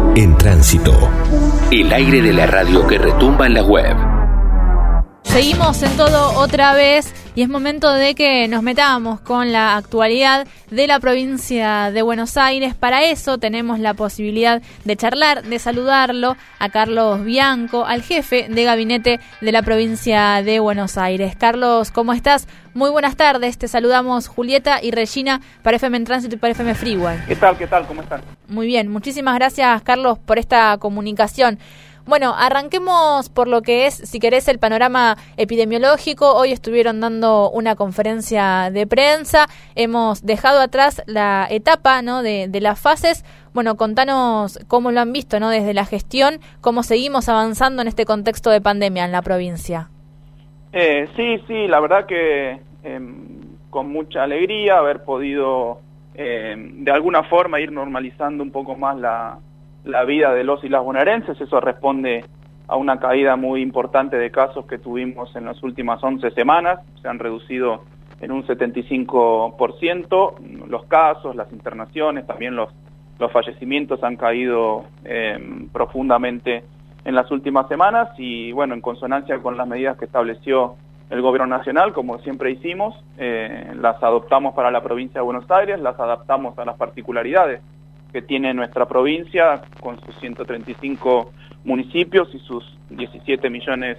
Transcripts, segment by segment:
En Tránsito. El aire de la radio que retumba en la web. Seguimos en todo otra vez y es momento de que nos metamos con la actualidad de la provincia de Buenos Aires. Para eso tenemos la posibilidad de charlar, de saludarlo a Carlos Bianco, al jefe de gabinete de la provincia de Buenos Aires. Carlos, ¿cómo estás? Muy buenas tardes, te saludamos Julieta y Regina para FM en Tránsito y para FM Freeway. ¿Qué tal? ¿Cómo están? Muy bien, muchísimas gracias Carlos por esta comunicación. Bueno, arranquemos por lo que es, si querés, el panorama epidemiológico. Hoy estuvieron dando una conferencia de prensa. Hemos dejado atrás la etapa, ¿no?, de las fases. Bueno, contanos cómo lo han visto, ¿no?, desde la gestión, cómo seguimos avanzando en este contexto de pandemia en la provincia. Sí, la verdad que con mucha alegría haber podido de alguna forma ir normalizando un poco más la vida de los y las bonaerenses. Eso responde a una caída muy importante de casos que tuvimos en las últimas 11 semanas. Se han reducido en un 75% los casos, las internaciones, también los fallecimientos han caído profundamente en las últimas semanas y, bueno, en consonancia con las medidas que estableció el Gobierno Nacional, como siempre hicimos, las adoptamos para la provincia de Buenos Aires, las adaptamos a las particularidades que tiene nuestra provincia con sus 135 municipios y sus 17 millones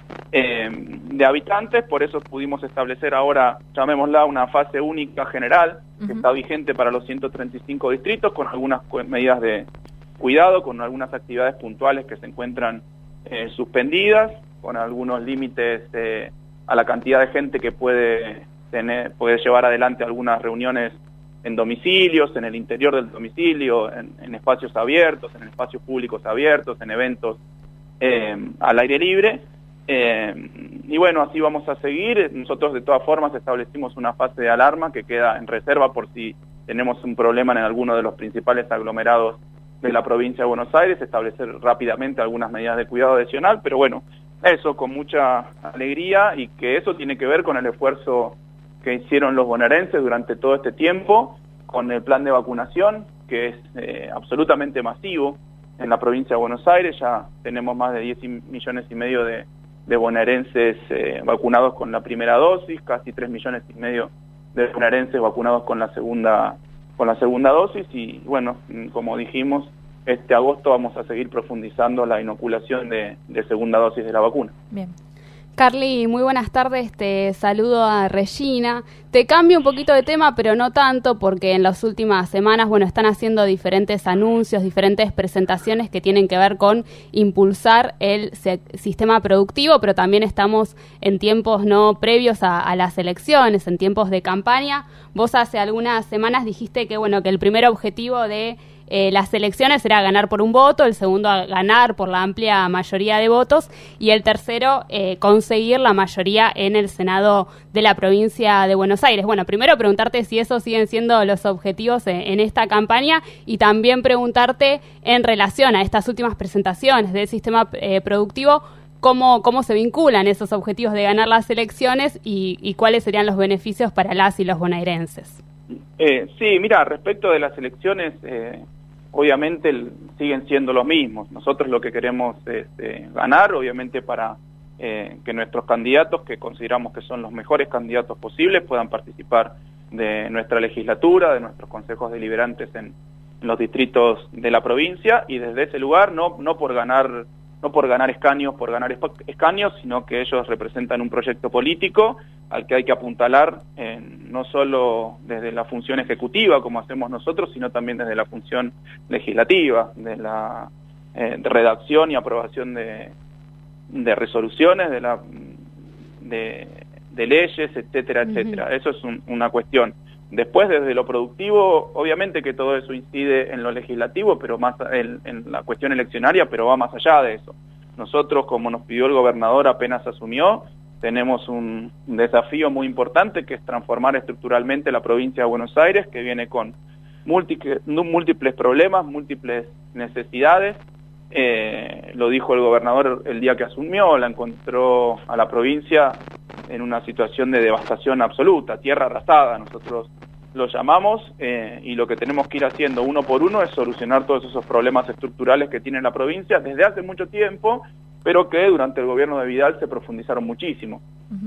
de habitantes. Por eso pudimos establecer ahora, llamémosla, una fase única general que está vigente para los 135 distritos con algunas medidas de cuidado, con algunas actividades puntuales que se encuentran suspendidas, con algunos límites a la cantidad de gente que puede llevar adelante algunas reuniones en domicilios, en el interior del domicilio, en espacios abiertos, en espacios públicos abiertos, en eventos al aire libre. Y bueno, así vamos a seguir. Nosotros de todas formas establecimos una fase de alarma que queda en reserva por si tenemos un problema en alguno de los principales aglomerados de la provincia de Buenos Aires, establecer rápidamente algunas medidas de cuidado adicional, pero bueno, eso con mucha alegría y que eso tiene que ver con el esfuerzo que hicieron los bonaerenses durante todo este tiempo, con el plan de vacunación, que es absolutamente masivo en la provincia de Buenos Aires. Ya tenemos más de 10,5 millones de bonaerenses vacunados con la primera dosis, casi 3,5 millones de bonaerenses vacunados con la segunda dosis, y bueno, como dijimos, este agosto vamos a seguir profundizando la inoculación de segunda dosis de la vacuna. Bien. Carly, muy buenas tardes, te saludo a Regina. Te cambio un poquito de tema, pero no tanto, porque en las últimas semanas, bueno, están haciendo diferentes anuncios, diferentes presentaciones que tienen que ver con impulsar el sistema productivo, pero también estamos en tiempos no previos a las elecciones, en tiempos de campaña. Vos hace algunas semanas dijiste que, bueno, que el primer objetivo de las elecciones era ganar por un voto, el segundo ganar por la amplia mayoría de votos y el tercero conseguir la mayoría en el Senado de la provincia de Buenos Aires. Bueno, primero preguntarte si esos siguen siendo los objetivos en esta campaña y también preguntarte en relación a estas últimas presentaciones del sistema productivo, cómo se vinculan esos objetivos de ganar las elecciones y cuáles serían los beneficios para las y los bonaerenses. Sí, mira, respecto de las elecciones, obviamente siguen siendo los mismos. Nosotros lo que queremos es ganar, obviamente para que nuestros candidatos, que consideramos que son los mejores candidatos posibles, puedan participar de nuestra legislatura, de nuestros consejos deliberantes en los distritos de la provincia, y desde ese lugar no por ganar escaños, sino que ellos representan un proyecto político al que hay que apuntalar, no solo desde la función ejecutiva, como hacemos nosotros, sino también desde la función legislativa, de la redacción y aprobación de resoluciones, de leyes, etcétera, etcétera. Eso es una cuestión. Después, desde lo productivo, obviamente que todo eso incide en lo legislativo, pero más en la cuestión eleccionaria, pero va más allá de eso. Nosotros, como nos pidió el gobernador apenas asumió, tenemos un desafío muy importante, que es transformar estructuralmente la provincia de Buenos Aires, que viene con múltiples problemas, múltiples necesidades. Lo dijo el gobernador el día que asumió, la encontró a la provincia en una situación de devastación absoluta, tierra arrasada. Nosotros lo llamamos, y lo que tenemos que ir haciendo uno por uno es solucionar todos esos problemas estructurales que tiene la provincia desde hace mucho tiempo, pero que durante el gobierno de Vidal se profundizaron muchísimo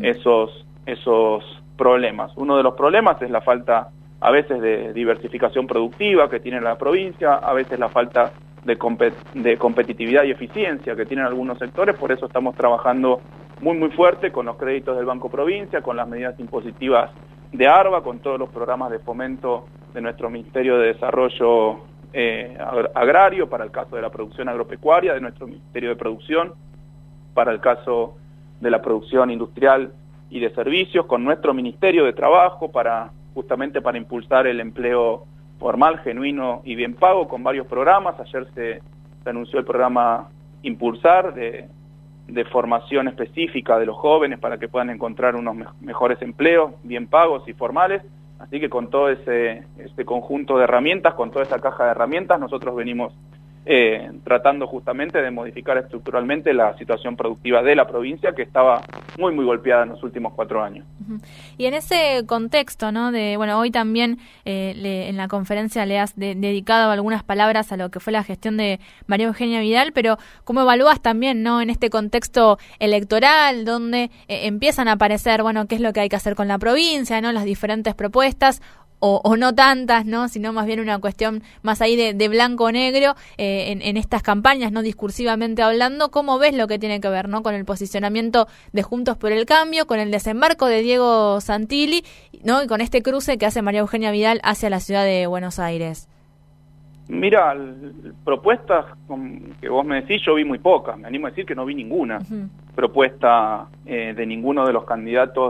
esos problemas. Uno de los problemas es la falta a veces de diversificación productiva que tiene la provincia, a veces la falta de competitividad y eficiencia que tienen algunos sectores. Por eso estamos trabajando muy fuerte con los créditos del Banco Provincia, con las medidas impositivas de ARBA, con todos los programas de fomento de nuestro Ministerio de Desarrollo Agrario, para el caso de la producción agropecuaria, de nuestro Ministerio de Producción, para el caso de la producción industrial y de servicios, con nuestro Ministerio de Trabajo, justamente para impulsar el empleo formal, genuino y bien pago, con varios programas. Ayer se anunció el programa Impulsar, de formación específica de los jóvenes para que puedan encontrar unos mejores empleos, bien pagos y formales. Así que con todo este conjunto de herramientas, con toda esa caja de herramientas, nosotros venimos tratando justamente de modificar estructuralmente la situación productiva de la provincia, que estaba muy golpeada en los últimos 4 años. Y en ese contexto, ¿no? Hoy también en la conferencia le has dedicado algunas palabras a lo que fue la gestión de María Eugenia Vidal, pero ¿cómo evalúas también, ¿no? En este contexto electoral, donde empiezan a aparecer, qué es lo que hay que hacer con la provincia, ¿no? Las diferentes propuestas, o no tantas, ¿no? Sino más bien una cuestión más ahí de blanco o negro en estas campañas, no discursivamente hablando. ¿Cómo ves lo que tiene que ver, ¿no? Con el posicionamiento de Juntos por el Cambio, con el desembarco de Diego Santilli, ¿no? Y con este cruce que hace María Eugenia Vidal hacia la ciudad de Buenos Aires? Mira, propuestas que vos me decís, yo vi muy pocas. Me animo a decir que no vi ninguna propuesta de ninguno de los candidatos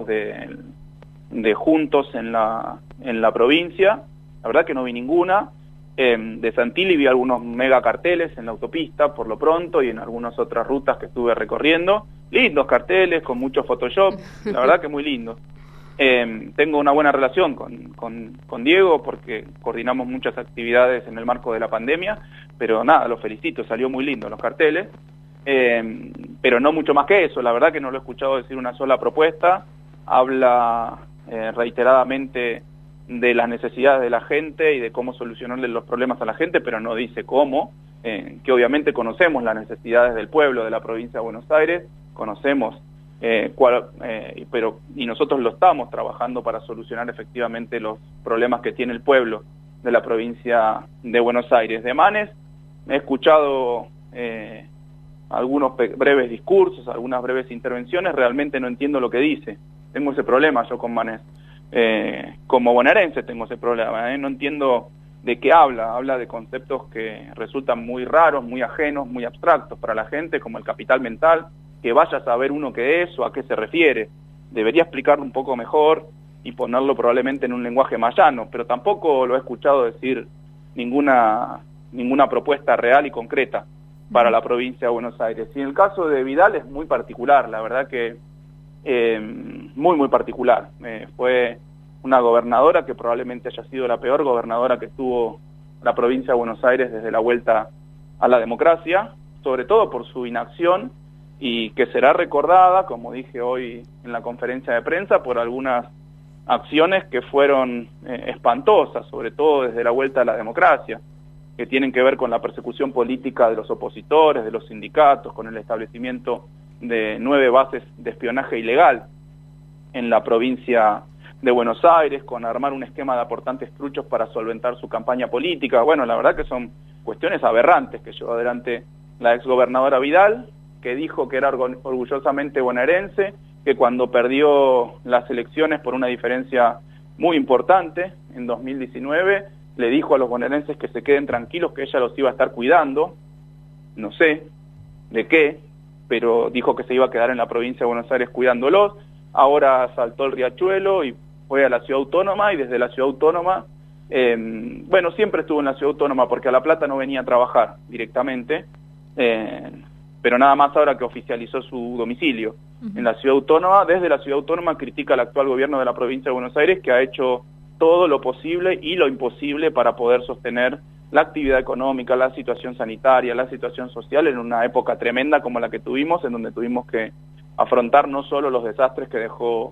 de Juntos en la provincia. La verdad que no vi ninguna. De Santilli vi algunos mega carteles en la autopista por lo pronto y en algunas otras rutas que estuve recorriendo. Lindos carteles con mucho Photoshop, la verdad que muy lindo. Tengo una buena relación con Diego porque coordinamos muchas actividades en el marco de la pandemia, pero nada, lo felicito, salió muy lindo los carteles, pero no mucho más que eso. La verdad que no lo he escuchado decir una sola propuesta. Habla reiteradamente de las necesidades de la gente y de cómo solucionarle los problemas a la gente, pero no dice cómo, que obviamente conocemos las necesidades del pueblo de la provincia de Buenos Aires, conocemos y nosotros lo estamos trabajando para solucionar efectivamente los problemas que tiene el pueblo de la provincia de Buenos Aires. De Manes he escuchado algunos breves discursos, algunas breves intervenciones, realmente no entiendo lo que dice. Tengo ese problema yo con Manes. Como bonaerense tengo ese problema, no entiendo de qué habla de conceptos que resultan muy raros, muy ajenos, muy abstractos para la gente, como el capital mental, que vaya a saber uno qué es o a qué se refiere. Debería explicarlo un poco mejor y ponerlo probablemente en un lenguaje más llano, pero tampoco lo he escuchado decir ninguna propuesta real y concreta para la provincia de Buenos Aires. Y en el caso de Vidal es muy particular, la verdad que muy particular. Fue una gobernadora que probablemente haya sido la peor gobernadora que tuvo la provincia de Buenos Aires desde la vuelta a la democracia, sobre todo por su inacción, y que será recordada, como dije hoy en la conferencia de prensa, por algunas acciones que fueron espantosas, sobre todo desde la vuelta a la democracia, que tienen que ver con la persecución política de los opositores, de los sindicatos, con el establecimiento de 9 bases de espionaje ilegal en la provincia de Buenos Aires, con armar un esquema de aportantes truchos para solventar su campaña política. Bueno, la verdad que son cuestiones aberrantes que llevó adelante la exgobernadora Vidal, que dijo que era orgullosamente bonaerense, que cuando perdió las elecciones por una diferencia muy importante en 2019, le dijo a los bonaerenses que se queden tranquilos, que ella los iba a estar cuidando, no sé de qué, pero dijo que se iba a quedar en la provincia de Buenos Aires cuidándolos. Ahora saltó el riachuelo y fue a la ciudad autónoma, y desde la ciudad autónoma, siempre estuvo en la ciudad autónoma porque a La Plata no venía a trabajar directamente, pero nada más ahora que oficializó su domicilio en la ciudad autónoma. Desde la ciudad autónoma critica al actual gobierno de la provincia de Buenos Aires, que ha hecho todo lo posible y lo imposible para poder sostener la actividad económica, la situación sanitaria, la situación social en una época tremenda como la que tuvimos, en donde tuvimos que afrontar no solo los desastres que dejó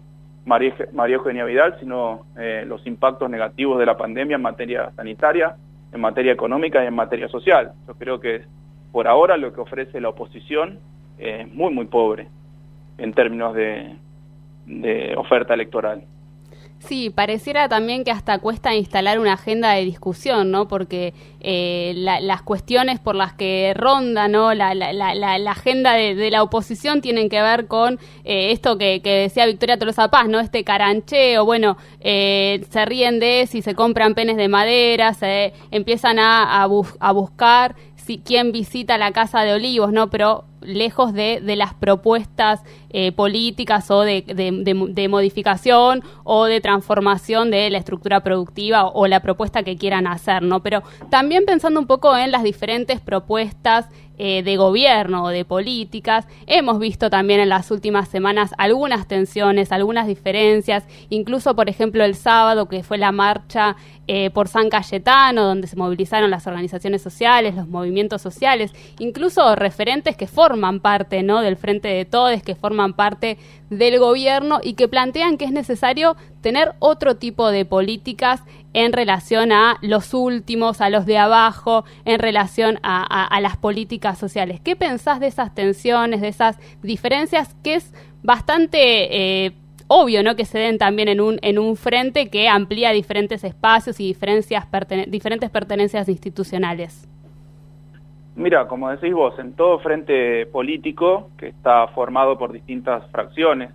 María Eugenia Vidal, sino los impactos negativos de la pandemia en materia sanitaria, en materia económica y en materia social. Yo creo que por ahora lo que ofrece la oposición es muy, muy pobre en términos de oferta electoral. Sí, pareciera también que hasta cuesta instalar una agenda de discusión, ¿no? Porque las cuestiones por las que ronda, ¿no? La agenda de la oposición tienen que ver con esto que decía Victoria Tolosa Paz, ¿no? Este carancheo, bueno, se ríen de si se compran penes de madera, se empiezan a buscar quién visita la Casa de Olivos, ¿no? Pero lejos de las propuestas políticas o de modificación o de transformación de la estructura productiva o la propuesta que quieran hacer, ¿no? Pero también pensando un poco en las diferentes propuestas de gobierno o de políticas, hemos visto también en las últimas semanas algunas tensiones, algunas diferencias, incluso por ejemplo el sábado que fue la marcha por San Cayetano, donde se movilizaron las organizaciones sociales, los movimientos sociales, incluso referentes que forman parte, ¿no?, del Frente de Todes, que forman parte del gobierno y que plantean que es necesario tener otro tipo de políticas en relación a los últimos, a los de abajo, en relación a las políticas sociales. ¿Qué pensás de esas tensiones, de esas diferencias que es bastante obvio, ¿no?, que se den también en un frente que amplía diferentes espacios y diferentes pertenencias institucionales? Mira, como decís vos, en todo frente político que está formado por distintas fracciones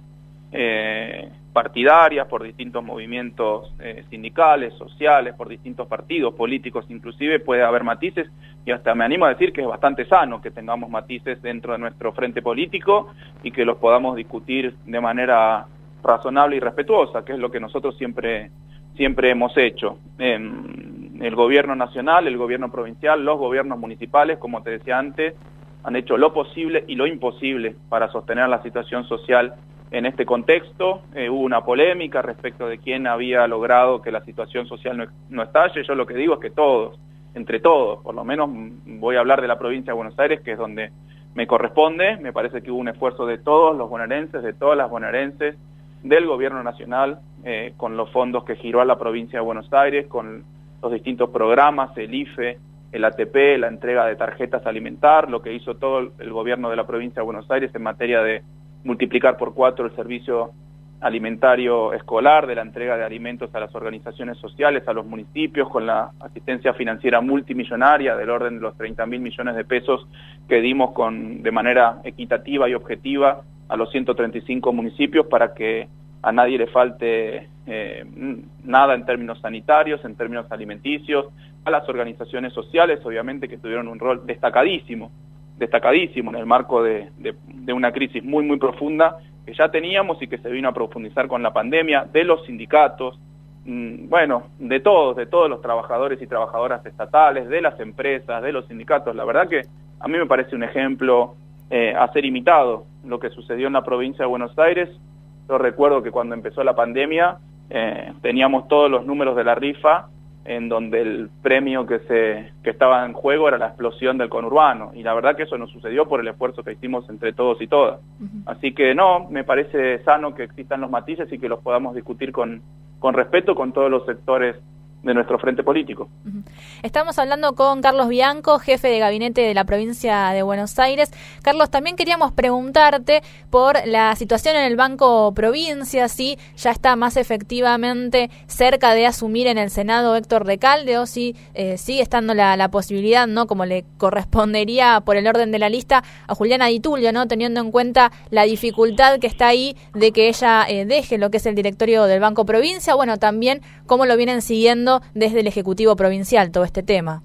partidarias, por distintos movimientos sindicales, sociales, por distintos partidos políticos inclusive, puede haber matices, y hasta me animo a decir que es bastante sano que tengamos matices dentro de nuestro frente político y que los podamos discutir de manera razonable y respetuosa, que es lo que nosotros siempre hemos hecho. El gobierno nacional, el gobierno provincial, los gobiernos municipales, como te decía antes, han hecho lo posible y lo imposible para sostener la situación social en este contexto. Hubo una polémica respecto de quién había logrado que la situación social no estalle. Yo lo que digo es que todos, entre todos, por lo menos voy a hablar de la provincia de Buenos Aires, que es donde me corresponde. Me parece que hubo un esfuerzo de todos los bonaerenses, de todas las bonaerenses, del gobierno nacional, con los fondos que giró a la provincia de Buenos Aires, con los distintos programas, el IFE, el ATP, la entrega de tarjetas alimentar, lo que hizo todo el gobierno de la provincia de Buenos Aires en materia de multiplicar por 4 el servicio alimentario escolar, de la entrega de alimentos a las organizaciones sociales, a los municipios, con la asistencia financiera multimillonaria del orden de los 30.000 millones de pesos que dimos de manera equitativa y objetiva a los 135 municipios para que a nadie le falte nada en términos sanitarios, en términos alimenticios, a las organizaciones sociales, obviamente, que tuvieron un rol destacadísimo en el marco de una crisis muy, muy profunda que ya teníamos y que se vino a profundizar con la pandemia, de los sindicatos, bueno, de todos los trabajadores y trabajadoras estatales, de las empresas, de los sindicatos. La verdad que a mí me parece un ejemplo a ser imitado lo que sucedió en la provincia de Buenos Aires. Yo recuerdo que cuando empezó la pandemia teníamos todos los números de la rifa en donde el premio que estaba en juego era la explosión del conurbano, y la verdad que eso no sucedió por el esfuerzo que hicimos entre todos y todas. Así que no, me parece sano que existan los matices y que los podamos discutir con respeto con todos los sectores de nuestro frente político. Estamos hablando con Carlos Bianco, jefe de gabinete de la provincia de Buenos Aires. Carlos, también queríamos preguntarte por la situación en el Banco Provincia, si ya está más efectivamente cerca de asumir en el Senado Héctor Recalde, o si sigue estando la posibilidad, ¿no?, como le correspondería por el orden de la lista, a Juliana Di Tulio, ¿no?, teniendo en cuenta la dificultad que está ahí de que ella deje lo que es el directorio del Banco Provincia. Bueno, también cómo lo vienen siguiendo desde el Ejecutivo Provincial todo este tema.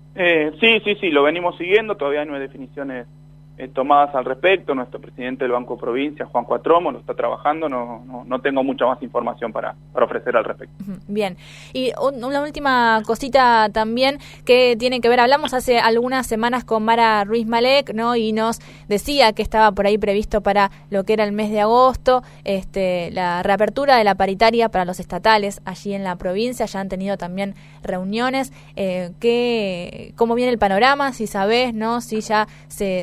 Sí, lo venimos siguiendo, todavía no hay definiciones tomadas al respecto. Nuestro presidente del Banco Provincia, Juan Cuatromo, lo está trabajando, no tengo mucha más información para ofrecer al respecto. Bien, y una última cosita también que tiene que ver, hablamos hace algunas semanas con Mara Ruiz Malek, ¿no?, y nos decía que estaba por ahí previsto para lo que era el mes de agosto, la reapertura de la paritaria para los estatales allí en la provincia. Ya han tenido también reuniones. ¿Cómo viene el panorama? Si sabés, ¿no?, si ya se espera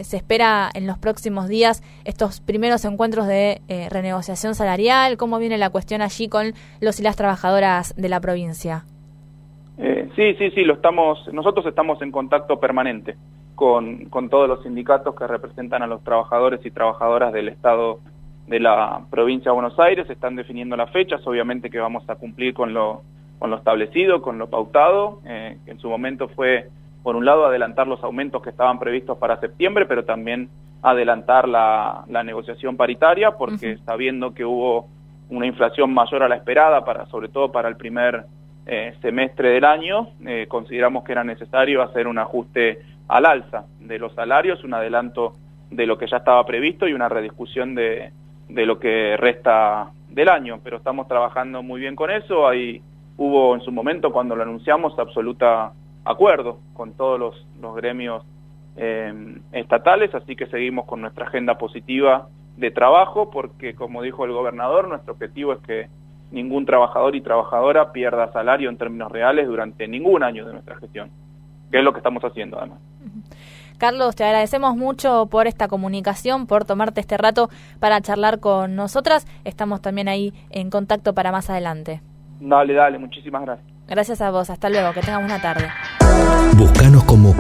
espera en los próximos días estos primeros encuentros de renegociación salarial? ¿Cómo viene la cuestión allí con los y las trabajadoras de la provincia? Sí, nosotros estamos en contacto permanente con todos los sindicatos que representan a los trabajadores y trabajadoras del Estado de la provincia de Buenos Aires. Están definiendo las fechas, obviamente que vamos a cumplir con lo establecido, con lo pautado, que en su momento fue, por un lado, adelantar los aumentos que estaban previstos para septiembre, pero también adelantar la negociación paritaria, porque sabiendo que hubo una inflación mayor a la esperada, sobre todo para el primer semestre del año, consideramos que era necesario hacer un ajuste al alza de los salarios, un adelanto de lo que ya estaba previsto y una rediscusión de lo que resta del año, pero estamos trabajando muy bien con eso. Ahí hubo en su momento, cuando lo anunciamos, absoluta acuerdo con todos los gremios estatales, así que seguimos con nuestra agenda positiva de trabajo, porque como dijo el gobernador, nuestro objetivo es que ningún trabajador y trabajadora pierda salario en términos reales durante ningún año de nuestra gestión, que es lo que estamos haciendo además. Carlos, te agradecemos mucho por esta comunicación, por tomarte este rato para charlar con nosotras. Estamos también ahí en contacto para más adelante. Dale, muchísimas gracias. Gracias a vos, hasta luego, que tengas una tarde. Búscanos como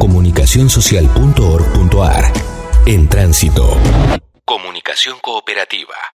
comunicacionsocial.org.ar. En Tránsito. Comunicación cooperativa.